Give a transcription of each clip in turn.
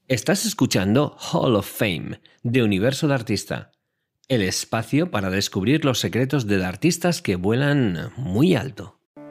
Estás escuchando Hall of Fame de Universo de Artista, el espacio para descubrir los secretos de artistas que vuelan muy alto.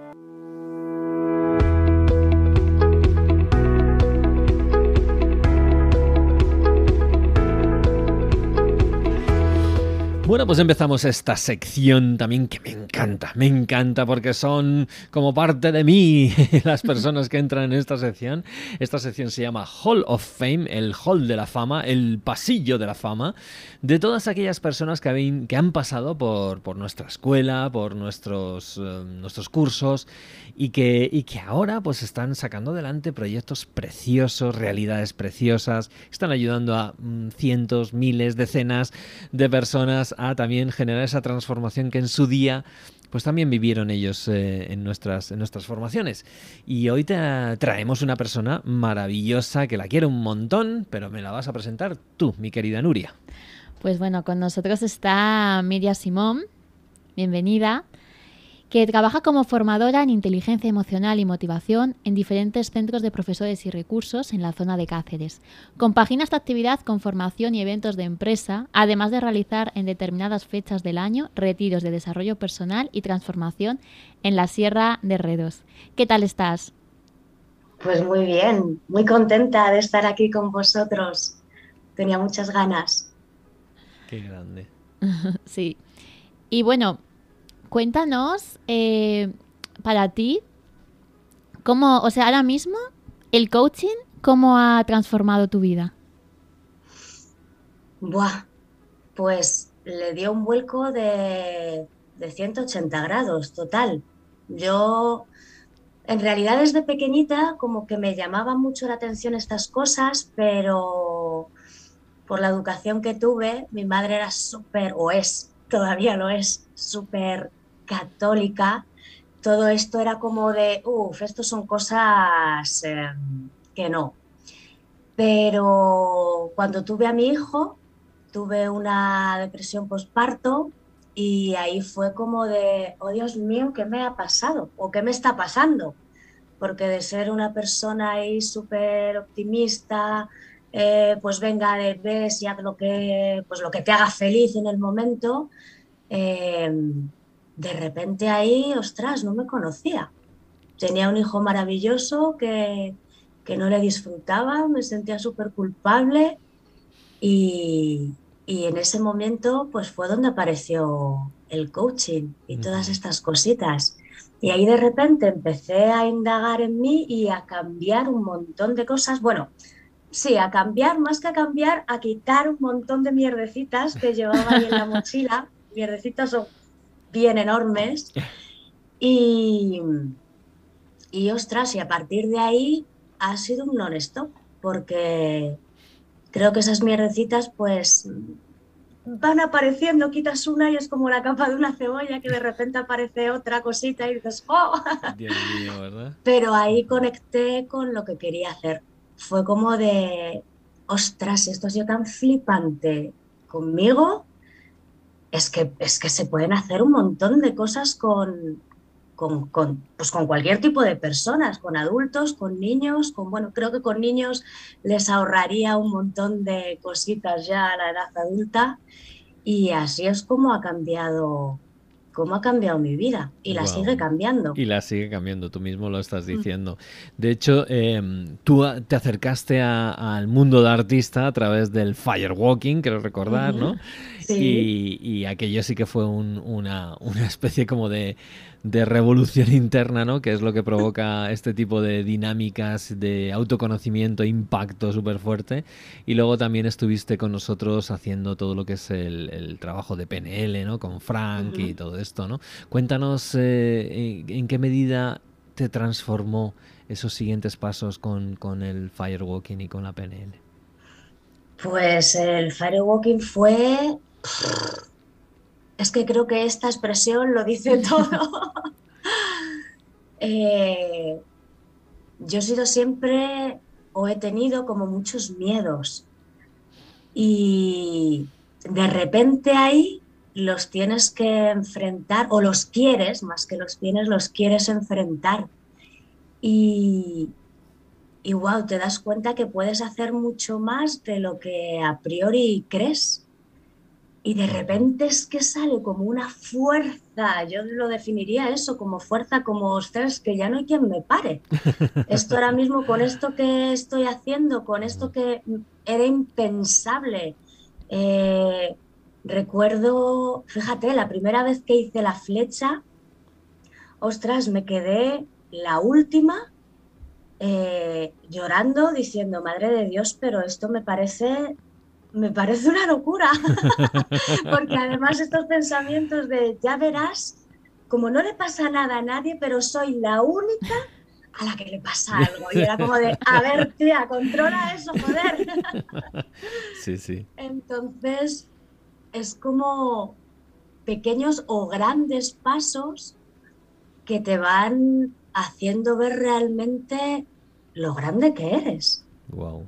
Bueno, pues empezamos esta sección también que me encanta porque son como parte de mí las personas que entran en esta sección. Esta sección se llama Hall of Fame, el Hall de la Fama, el pasillo de la fama, de todas aquellas personas que han pasado por nuestra escuela, por nuestros cursos y que ahora pues están sacando adelante proyectos preciosos, realidades preciosas, están ayudando a cientos, miles, decenas de personas a también generar esa transformación que en su día pues también vivieron ellos en nuestras formaciones. Y hoy te traemos una persona maravillosa que la quiero un montón, pero me la vas a presentar tú, mi querida Nuria. Pues bueno, con nosotros está Miriam Simón, bienvenida, que trabaja como formadora en inteligencia emocional y motivación en diferentes centros de profesores y recursos en la zona de Cáceres. Compagina esta actividad con formación y eventos de empresa, además de realizar en determinadas fechas del año retiros de desarrollo personal y transformación en la Sierra de Redos. ¿Qué tal estás? Pues muy bien, muy contenta de estar aquí con vosotros. Tenía muchas ganas. Qué grande. Sí. Y bueno, cuéntanos, para ti, cómo, o sea, ahora mismo, el coaching, ¿cómo ha transformado tu vida? Buah, pues le dio un vuelco de 180 grados, total. Yo, en realidad, desde pequeñita, como que me llamaban mucho la atención estas cosas, pero por la educación que tuve, mi madre era súper, o es, todavía lo es, súper católica. Todo esto era como de, uff, esto son cosas que no. Pero cuando tuve a mi hijo, tuve una depresión postparto y ahí fue como de, oh Dios mío, ¿qué me ha pasado? ¿O qué me está pasando? Porque de ser una persona ahí súper optimista, pues venga, ves y haz pues lo que te haga feliz en el momento, eh, de repente ahí, ostras, no me conocía. Tenía un hijo maravilloso que no le disfrutaba, me sentía súper culpable y en ese momento pues fue donde apareció el coaching y todas estas cositas. Y ahí de repente empecé a indagar en mí y a cambiar un montón de cosas. Bueno, sí, a cambiar, más que a cambiar, a quitar un montón de mierdecitas que llevaba ahí en la mochila. Mierdecitas son bien enormes. Y, y ostras, y a partir de ahí ha sido un non-stop, porque creo que esas mierdecitas pues van apareciendo, quitas una y es como la capa de una cebolla que de repente aparece otra cosita y dices, ¡oh! Dios mío, ¿verdad? Pero ahí conecté con lo que quería hacer. Fue como de, ostras, esto ha sido tan flipante conmigo, es que se pueden hacer un montón de cosas pues con cualquier tipo de personas, con adultos, con niños, bueno, creo que con niños les ahorraría un montón de cositas ya a la edad adulta y así es como ha cambiado mi vida y la sigue Wow. cambiando. Y la sigue cambiando, tú mismo lo estás diciendo. De hecho, tú te acercaste al mundo de artista a través del firewalking, creo recordar, ¿no? Sí. Y aquello sí que fue una especie como de revolución interna, ¿no? Que es lo que provoca este tipo de dinámicas de autoconocimiento, impacto súper fuerte. Y luego también estuviste con nosotros haciendo todo lo que es el trabajo de PNL, ¿no? Con Frank y todo esto, ¿no? Cuéntanos en qué medida te transformó esos siguientes pasos con el firewalking y con la PNL. Pues el firewalking fue, es que creo que esta expresión lo dice todo. Eh, yo he sido siempre o he tenido como muchos miedos y de repente ahí los tienes que enfrentar o los quieres, más que los tienes, los quieres enfrentar. Y, y wow, te das cuenta que puedes hacer mucho más de lo que a priori crees. Y de repente es que sale como una fuerza, yo lo definiría eso como fuerza, como ostras, que ya no hay quien me pare. Esto ahora mismo, con esto que estoy haciendo, con esto que era impensable. Eh, recuerdo, fíjate, la primera vez que hice la flecha, ostras, me quedé la última llorando, diciendo, madre de Dios, pero esto me parece una locura. Porque además estos pensamientos de, ya verás, como no le pasa nada a nadie, pero soy la única a la que le pasa algo. Y era como de, a ver, tía, controla eso, joder. Sí, sí. Entonces, es como pequeños o grandes pasos que te van haciendo ver realmente lo grande que eres. Wow.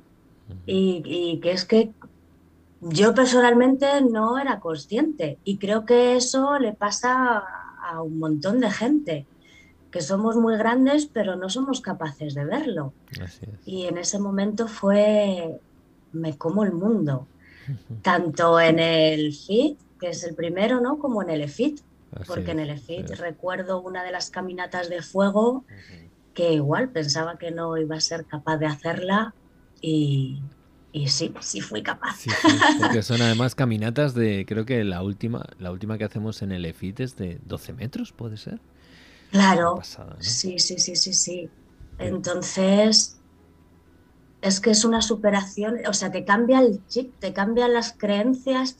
Y que es que yo personalmente no era consciente y creo que eso le pasa a un montón de gente, que somos muy grandes pero no somos capaces de verlo. Así es. Y en ese momento fue, me como el mundo, tanto en el FIT, que es el primero, ¿no? Como en el EFIT, Así porque en es. el Así EFIT es. recuerdo una de las caminatas de fuego que igual pensaba que no iba a ser capaz de hacerla y, y sí, sí fui capaz. Sí, sí, porque son además caminatas de, creo que la última que hacemos en el EFIT es de 12 metros, ¿puede ser? Una Claro, pasada, ¿no? sí, sí, sí, sí, sí. Que, Entonces, es que es una superación, o sea, te cambia el chip, te cambian las creencias,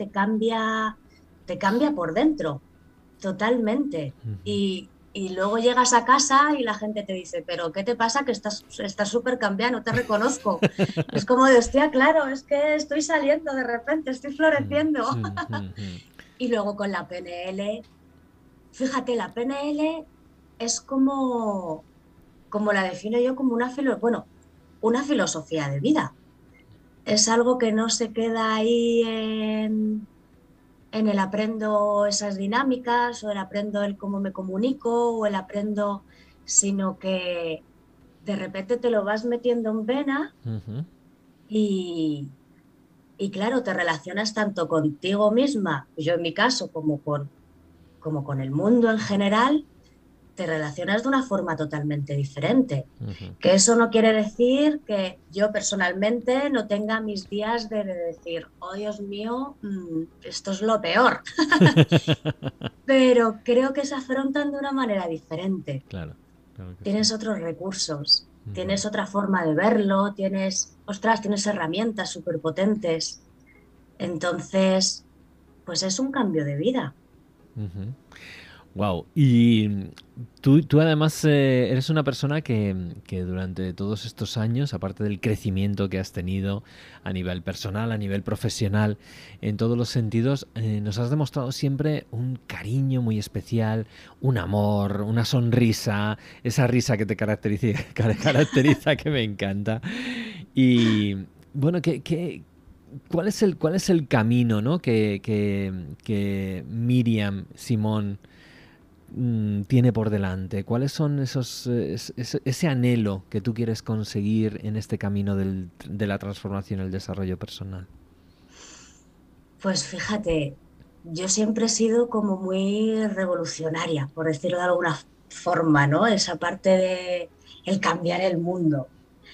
te cambia por dentro, totalmente. Y luego llegas a casa y la gente te dice, pero ¿qué te pasa? Que estás súper cambiado, no te reconozco. Es como de, hostia, claro, es que estoy saliendo de repente, estoy floreciendo. Y luego con la PNL, fíjate, la PNL es como la defino yo, como bueno, una filosofía de vida. Es algo que no se queda ahí en el aprendo esas dinámicas o el aprendo el cómo me comunico o el aprendo, sino que de repente te lo vas metiendo en vena y, y claro, te relacionas tanto contigo misma, yo en mi caso, como con el mundo en general, te relacionas de una forma totalmente diferente. Que eso no quiere decir que yo personalmente no tenga mis días de decir, oh Dios mío, esto es lo peor. Pero creo que se afrontan de una manera diferente. claro, claro que sí. Tienes otros recursos, tienes otra forma de verlo, ostras, tienes herramientas súper potentes. Entonces, pues es un cambio de vida. Wow. Y tú además eres una persona que durante todos estos años, aparte del crecimiento que has tenido a nivel personal, a nivel profesional, en todos los sentidos, nos has demostrado siempre un cariño muy especial, un amor, una sonrisa, esa risa que te caracteriza, caracteriza que me encanta. Y bueno, cuál es el camino, ¿no? Que Miriam Simón tiene por delante? ¿Cuáles son ese anhelo que tú quieres conseguir en este camino de la transformación y el desarrollo personal? Pues fíjate, yo siempre he sido como muy revolucionaria, por decirlo de alguna forma, ¿no? Esa parte de el cambiar el mundo.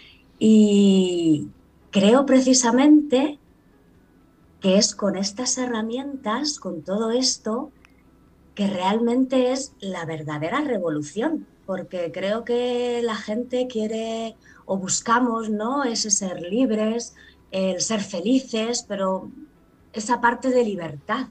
Y creo precisamente que es con estas herramientas, con todo esto, que realmente es la verdadera revolución, porque creo que la gente quiere o buscamos, ¿no? Ese ser libres, el ser felices, pero esa parte de libertad.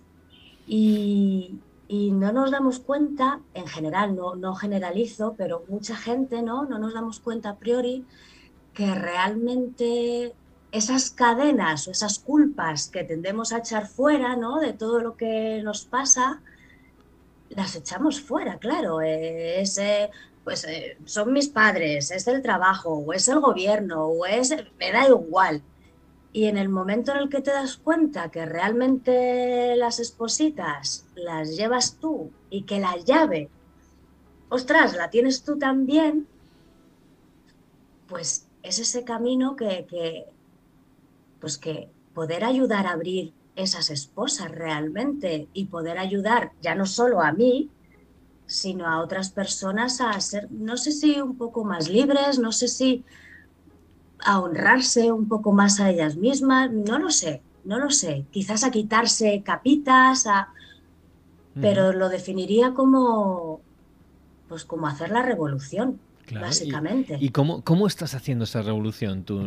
Y no nos damos cuenta, en general, no generalizo, pero mucha gente, ¿no? No nos damos cuenta a priori que realmente esas cadenas o esas culpas que tendemos a echar fuera, ¿no? De todo lo que nos pasa, las echamos fuera, claro. Son mis padres, es el trabajo, o es el gobierno, me da igual. Y en el momento en el que te das cuenta que realmente las espositas las llevas tú y que la llave, ostras, la tienes tú también, pues es ese camino pues que poder ayudar a abrir esas esposas realmente y poder ayudar ya no solo a mí, sino a otras personas a ser, no sé si un poco más libres, no sé si a honrarse un poco más a ellas mismas, no lo sé, quizás a quitarse capitas, Ujú. pero lo definiría como, pues como hacer la revolución, Claro, básicamente. y cómo estás haciendo esa revolución tú?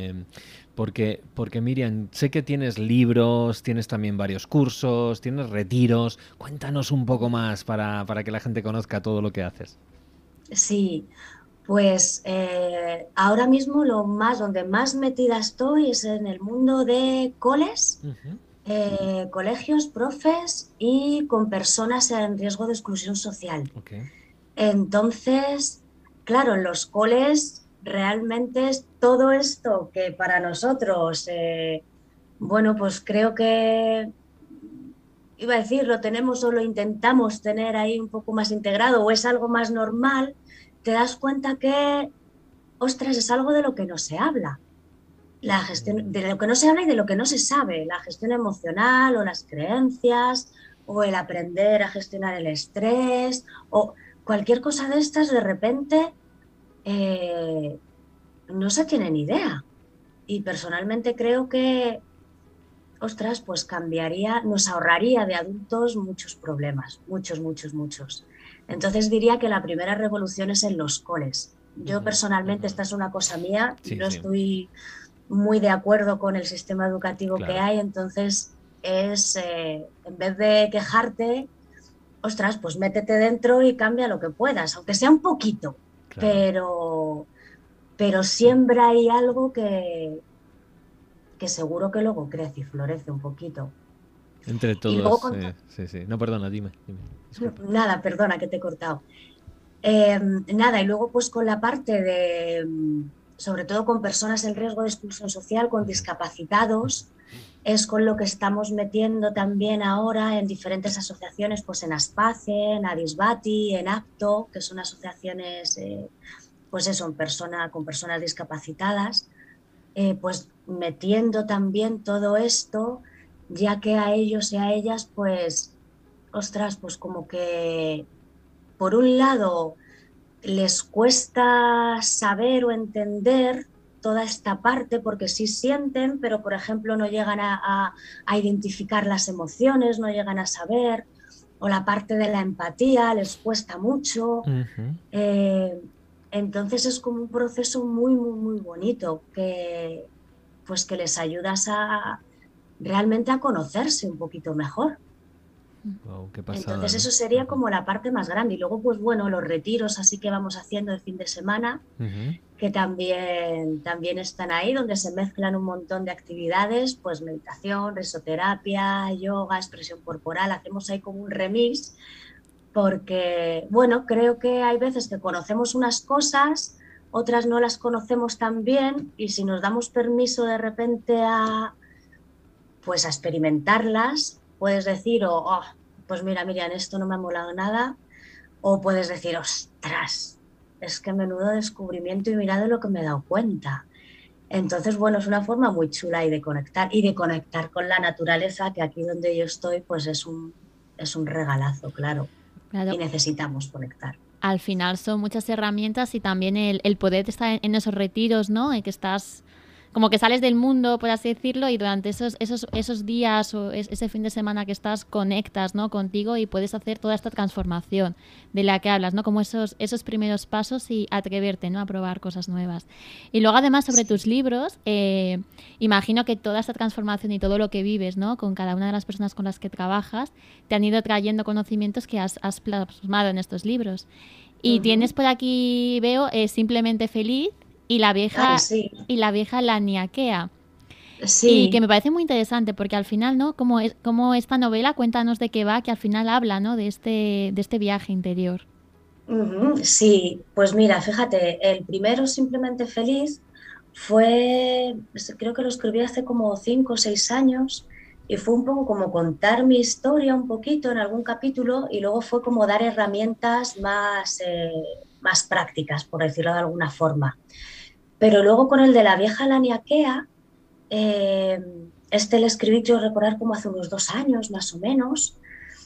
Porque Miriam, sé que tienes libros, tienes también varios cursos, tienes retiros. Cuéntanos un poco más para que la gente conozca todo lo que haces. Sí, pues ahora mismo donde más metida estoy es en el mundo de coles, Ujú. colegios, profes y con personas en riesgo de exclusión social. Ok. Entonces, claro, en los coles realmente es todo esto que para nosotros, bueno, pues creo que, iba a decir, lo tenemos o lo intentamos tener ahí un poco más integrado o es algo más normal, te das cuenta que, ostras, es algo de lo que no se habla. La gestión, Mm. de lo que no se habla y de lo que no se sabe, la gestión emocional o las creencias o el aprender a gestionar el estrés o cualquier cosa de estas, de repente eh, no se tiene ni idea. Y personalmente creo que, ostras, pues cambiaría, nos ahorraría de adultos muchos problemas, muchos, muchos, muchos. Entonces diría que la primera revolución es en los coles. Yo Ujú, personalmente, ujú. esta es una cosa mía, Sí, no sí, estoy muy de acuerdo con el sistema educativo que claro, hay, entonces es, en vez de quejarte, ostras, pues métete dentro y cambia lo que puedas, aunque sea un poquito, claro. pero, pero siembra ahí algo que seguro que luego crece y florece un poquito. Entre Y luego, todos, sí, sí. No, perdona, dime, disculpa. nada, perdona que te he cortado. Nada, y luego pues con la parte de, sobre todo con personas en riesgo de exclusión social, con Ujú, discapacitados, es con lo que estamos metiendo también ahora en diferentes asociaciones, pues en Aspace, en Adisbati, en ACTO, que son asociaciones, pues eso, con personas discapacitadas, pues metiendo también todo esto, ya que a ellos y a ellas, pues, ostras, pues como que por un lado les cuesta saber o entender toda esta parte porque sí sienten, pero por ejemplo no llegan a identificar las emociones, no llegan a saber, o la parte de la empatía les cuesta mucho. ujú. Eh, entonces es como un proceso muy, muy, muy bonito pues que les ayudas a realmente a conocerse un poquito mejor. Wow, qué pasada, Entonces ¿no? eso sería Ujú, como la parte más grande. Y luego, pues bueno, los retiros así que vamos haciendo de fin de semana, ujú. que también están ahí, donde se mezclan un montón de actividades, pues meditación, risoterapia, yoga, expresión corporal. Hacemos ahí como un remix, porque, bueno, creo que hay veces que conocemos unas cosas, otras no las conocemos tan bien, y si nos damos permiso de repente pues a experimentarlas, puedes decir, pues mira, Miriam, esto no me ha molado nada, o puedes decir, ostras, es que menudo descubrimiento y mira de lo que me he dado cuenta. Entonces, bueno, es una forma muy chula y de conectar con la naturaleza, que aquí donde yo estoy, pues es un regalazo, claro, y Claro, necesitamos conectar. al final son muchas herramientas y también el poder estar en esos retiros, ¿no? En que estás como que sales del mundo, por así decirlo, y durante esos días o ese fin de semana que estás, conectas, ¿no? Contigo y puedes hacer toda esta transformación de la que hablas, ¿no? Como esos primeros pasos y atreverte, ¿no? A probar cosas nuevas. Y luego además sobre tus Sí. libros, imagino que toda esta transformación y todo lo que vives, ¿no? Con cada una de las personas con las que trabajas, te han ido trayendo conocimientos que has plasmado en estos libros. Y tienes Ujú. por aquí, veo, Simplemente Feliz y Ay, sí, y la vieja Laniakea. Y que me sí. parece muy interesante porque al final, ¿no? Como esta novela, cuéntanos de qué va, que al final habla, ¿no? De este viaje interior. Ujú, sí, pues mira, fíjate, el primero, Simplemente Feliz, fue, creo que lo escribí hace como 5 o 6 años y fue un poco como contar mi historia un poquito en algún capítulo y luego fue como dar herramientas más, más prácticas, por decirlo de alguna forma. Pero luego con el de la vieja Laniakea, eh, este le escribí, quiero recordar, como hace unos 2 años más o menos,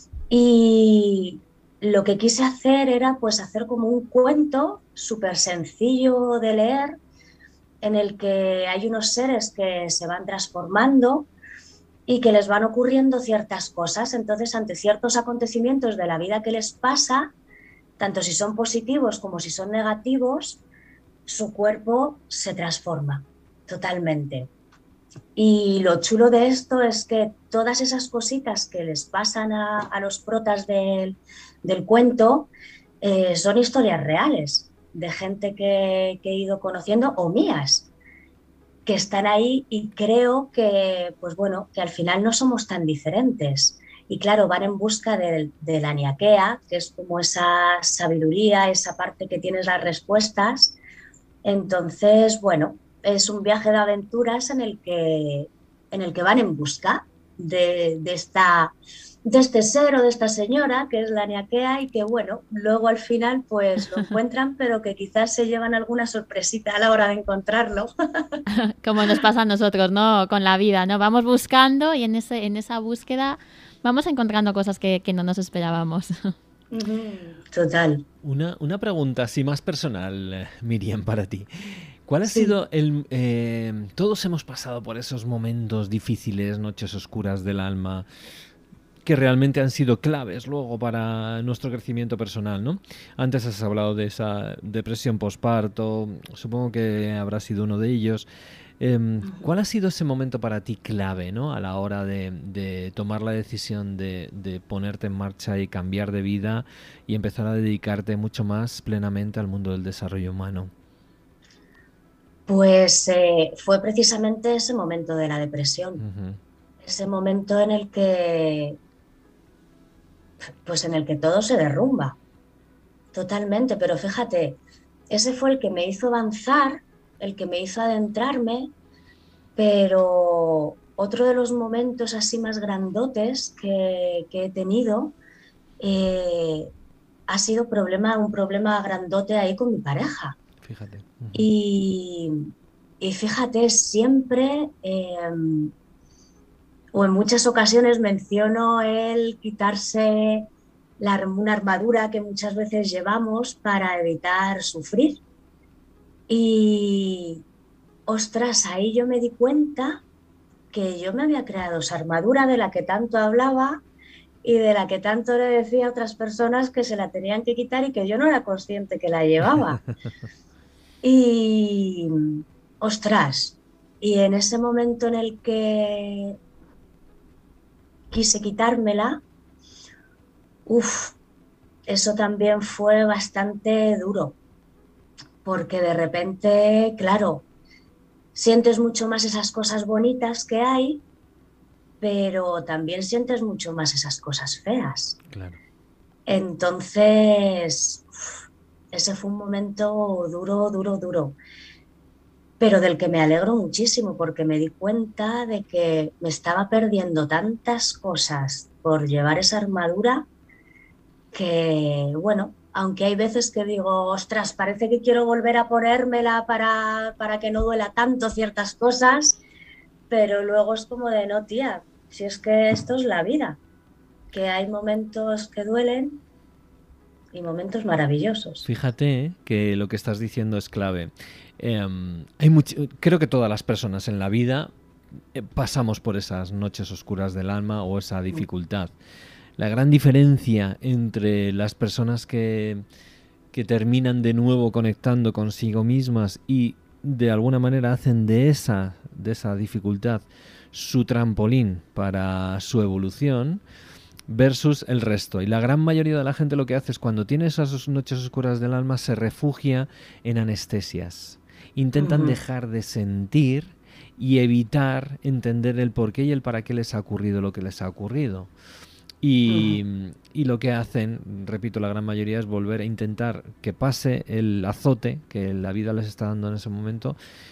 y lo que quise hacer era pues hacer como un cuento súper sencillo de leer, en el que hay unos seres que se van transformando y que les van ocurriendo ciertas cosas. Entonces, ante ciertos acontecimientos de la vida que les pasa, tanto si son positivos como si son negativos, su cuerpo se transforma totalmente. Y lo chulo de esto es que todas esas cositas que les pasan a los protas del cuento son historias reales de gente que he ido conociendo o mías, que están ahí, y creo que, pues bueno, que al final no somos tan diferentes. Y claro, van en busca de la niaquea, que es como esa sabiduría, esa parte que tienes las respuestas. Entonces, bueno, es un viaje de aventuras en el que van en busca de este ser o de esta señora, que es la niaquea, y que, bueno, luego al final pues lo encuentran, pero que quizás se llevan alguna sorpresita a la hora de encontrarlo. Como nos pasa a nosotros, ¿no? Con la vida, ¿no? Vamos buscando y en esa búsqueda vamos encontrando cosas que no nos esperábamos. Total. Una pregunta así más personal, Miriam, para ti. ¿Cuál ha Sí. sido el... todos hemos pasado por esos momentos difíciles, noches oscuras del alma, que realmente han sido claves luego para nuestro crecimiento personal, ¿no? Antes has hablado de esa depresión postparto, supongo que habrá sido uno de ellos. ¿Cuál ha sido ese momento para ti clave, ¿no? A la hora de tomar la decisión de ponerte en marcha y cambiar de vida y empezar a dedicarte mucho más plenamente al mundo del desarrollo humano? Pues fue precisamente ese momento de la depresión, Ujú. ese momento pues en el que todo se derrumba totalmente. Pero fíjate, ese fue el que me hizo avanzar, el que me hizo adentrarme, pero otro de los momentos así más grandotes que he tenido eh, ha sido un problema grandote ahí con mi pareja. Fíjate. Ujú. Y, y fíjate, siempre o en muchas ocasiones menciono el quitarse una armadura que muchas veces llevamos para evitar sufrir. Y ostras, ahí yo me di cuenta que yo me había creado esa armadura de la que tanto hablaba y de la que tanto le decía a otras personas que se la tenían que quitar, y que yo no era consciente que la llevaba. Y ostras, y en ese momento en el que quise quitármela, uff, eso también fue bastante duro, porque de repente, claro, sientes mucho más esas cosas bonitas que hay, pero también sientes mucho más esas cosas feas. Claro. Entonces, ese fue un momento duro, duro, duro, pero del que me alegro muchísimo, porque me di cuenta de que me estaba perdiendo tantas cosas por llevar esa armadura, que, bueno, aunque hay veces que digo, ostras, parece que quiero volver a ponérmela para que no duela tanto ciertas cosas, pero luego es como de, no, tía, si es que esto es la vida, que hay momentos que duelen y momentos maravillosos. Fíjate que lo que estás diciendo es clave. Creo que todas las personas en la vida pasamos por esas noches oscuras del alma o esa dificultad. La gran diferencia entre las personas que terminan de nuevo conectando consigo mismas y de alguna manera hacen de esa dificultad su trampolín para su evolución versus el resto. Y la gran mayoría de la gente lo que hace es, cuando tiene esas noches oscuras del alma, se refugia en anestesias. Intentan dejar de sentir y evitar entender el por qué y el para qué les ha ocurrido lo que les ha ocurrido. Y lo que hacen, repito, la gran mayoría, es volver a intentar que pase el azote que la vida les está dando en ese momento,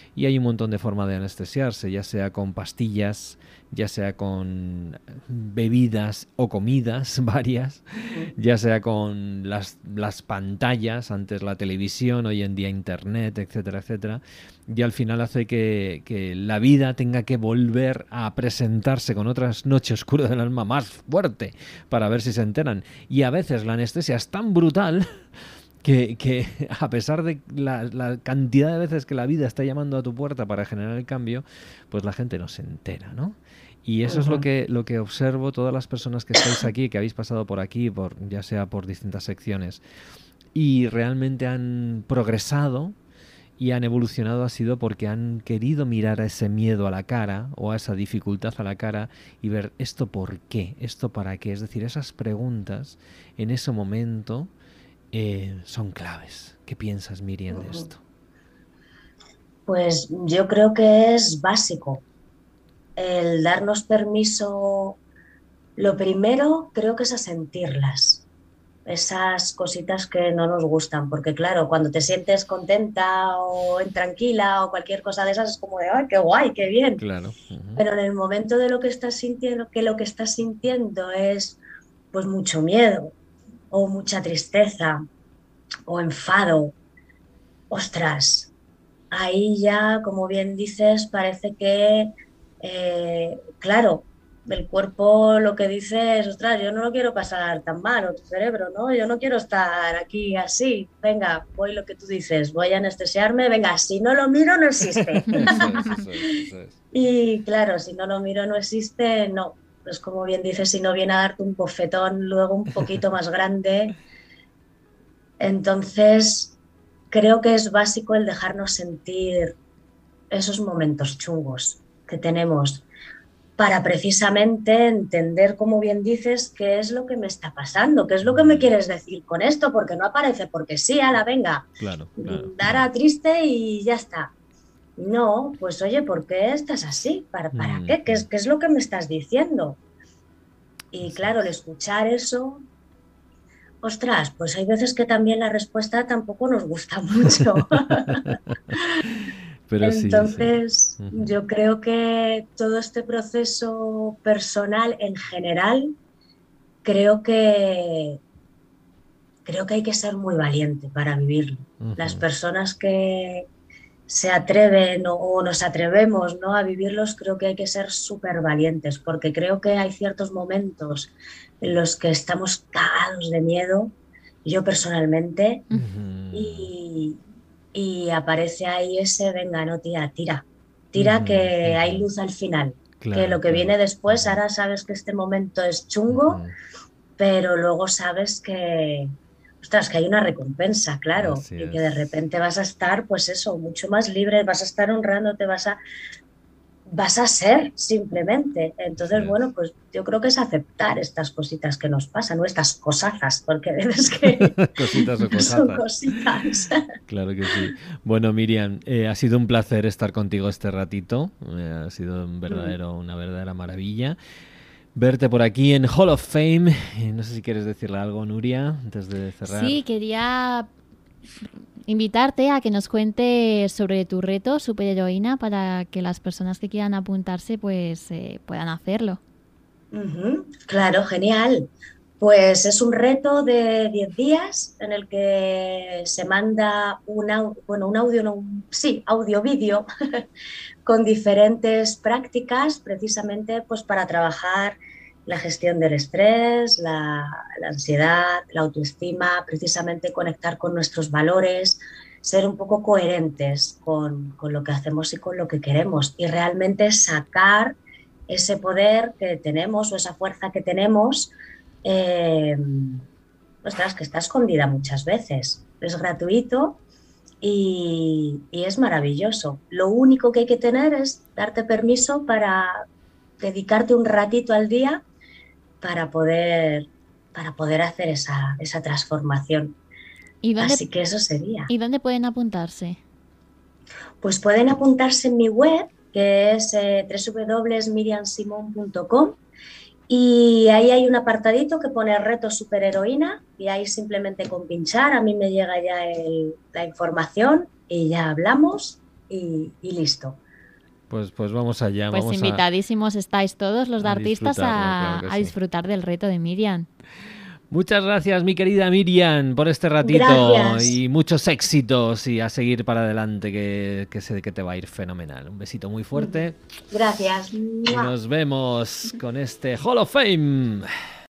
Y hay un montón de formas de anestesiarse, ya sea con pastillas, ya sea con bebidas o comidas varias, ya sea con las pantallas, antes la televisión, hoy en día internet, etcétera, etcétera. Y al final hace que la vida tenga que volver a presentarse con otras noche oscura del alma más fuerte para ver si se enteran. Y a veces la anestesia es tan brutal que a pesar de la cantidad de veces que la vida está llamando a tu puerta para generar el cambio, pues la gente no se entera, ¿no? Y eso es lo que observo todas las personas que estáis aquí, que habéis pasado por aquí, ya sea por distintas secciones, y realmente han progresado y han evolucionado, ha sido porque han querido mirar a ese miedo a la cara o a esa dificultad a la cara y ver esto por qué, esto para qué. Es decir, esas preguntas en ese momento son claves. ¿Qué piensas, Miriam, de esto? Pues yo creo que es básico el darnos permiso. Lo primero creo que es a sentirlas, esas cositas que no nos gustan, porque claro, cuando te sientes contenta o tranquila o cualquier cosa de esas es como de ¡ay, qué guay, qué bien! Claro. Pero en el momento de lo que estás sintiendo, que lo que estás sintiendo es pues mucho miedo o mucha tristeza o enfado, ostras, ahí ya, como bien dices, parece que, claro, el cuerpo lo que dice es, ostras, yo no lo quiero pasar tan mal, o tu cerebro, ¿no? Yo no quiero estar aquí así, venga, voy lo que tú dices, voy a anestesiarme, venga, si no lo miro no existe. Eso es. Y claro, si no lo miro no existe, no. Pues como bien dices, si no viene a darte un bofetón luego un poquito más grande. Entonces, creo que es básico el dejarnos sentir esos momentos chungos que tenemos para precisamente entender, como bien dices, qué es lo que me está pasando, qué es lo que me quieres decir con esto, porque no aparece, porque sí, ala, venga, Claro. dará triste y ya está. No, pues oye, ¿por qué estás así? ¿Para qué? ¿Qué es lo que me estás diciendo? Y claro, al escuchar eso, ostras, pues hay veces que también la respuesta tampoco nos gusta mucho. Pero Entonces, sí. yo creo que todo este proceso personal en general, creo que hay que ser muy valiente para vivirlo. Las personas que se atreven o nos atrevemos, ¿no?, a vivirlos, creo que hay que ser súper valientes, porque creo que hay ciertos momentos en los que estamos cagados de miedo, yo personalmente, y aparece ahí ese, venga, no, tía, tira que hay luz al final, Claro, que lo que viene después, ahora sabes que este momento es chungo, pero luego sabes que, ostras, que hay una recompensa, claro, Así y es. que de repente vas a estar, pues eso, mucho más libre, vas a estar honrándote, vas a ser simplemente. Entonces, bueno, pues yo creo que es aceptar estas cositas que nos pasan, o estas cosazas, porque ves que Cositas o son cosazas. cositas. Claro que sí. Bueno, Miriam, ha sido un placer estar contigo este ratito. Ha sido una verdadera maravilla verte por aquí en Hall of Fame. No sé si quieres decirle algo, Nuria, antes de cerrar. Sí, quería invitarte a que nos cuentes sobre tu reto superheroína para que las personas que quieran apuntarse pues puedan hacerlo. Claro, genial. Pues es un reto de 10 días en el que se manda un audio, no, sí, audio-vídeo con diferentes prácticas precisamente pues para trabajar la gestión del estrés, la ansiedad, la autoestima, precisamente conectar con nuestros valores, ser un poco coherentes con lo que hacemos y con lo que queremos y realmente sacar ese poder que tenemos o esa fuerza que tenemos, ostras, que está escondida muchas veces. Es gratuito y es maravilloso. Lo único que hay que tener es darte permiso para dedicarte un ratito al día para poder hacer esa transformación. Así que eso sería. ¿Y dónde pueden apuntarse? Pues pueden apuntarse en mi web, que es www.miriamsimon.com, y ahí hay un apartadito que pone reto superheroína y ahí simplemente con pinchar a mí me llega ya la información y ya hablamos y listo. Pues vamos allá. Pues vamos invitadísimos estáis todos los de a artistas disfrutarlo, claro que a sí. disfrutar del reto de Miriam. Muchas gracias, mi querida Miriam, por este ratito Gracias. y muchos éxitos y a seguir para adelante, que sé que te va a ir fenomenal. Un besito muy fuerte Gracias. y nos vemos con este Hall of Fame.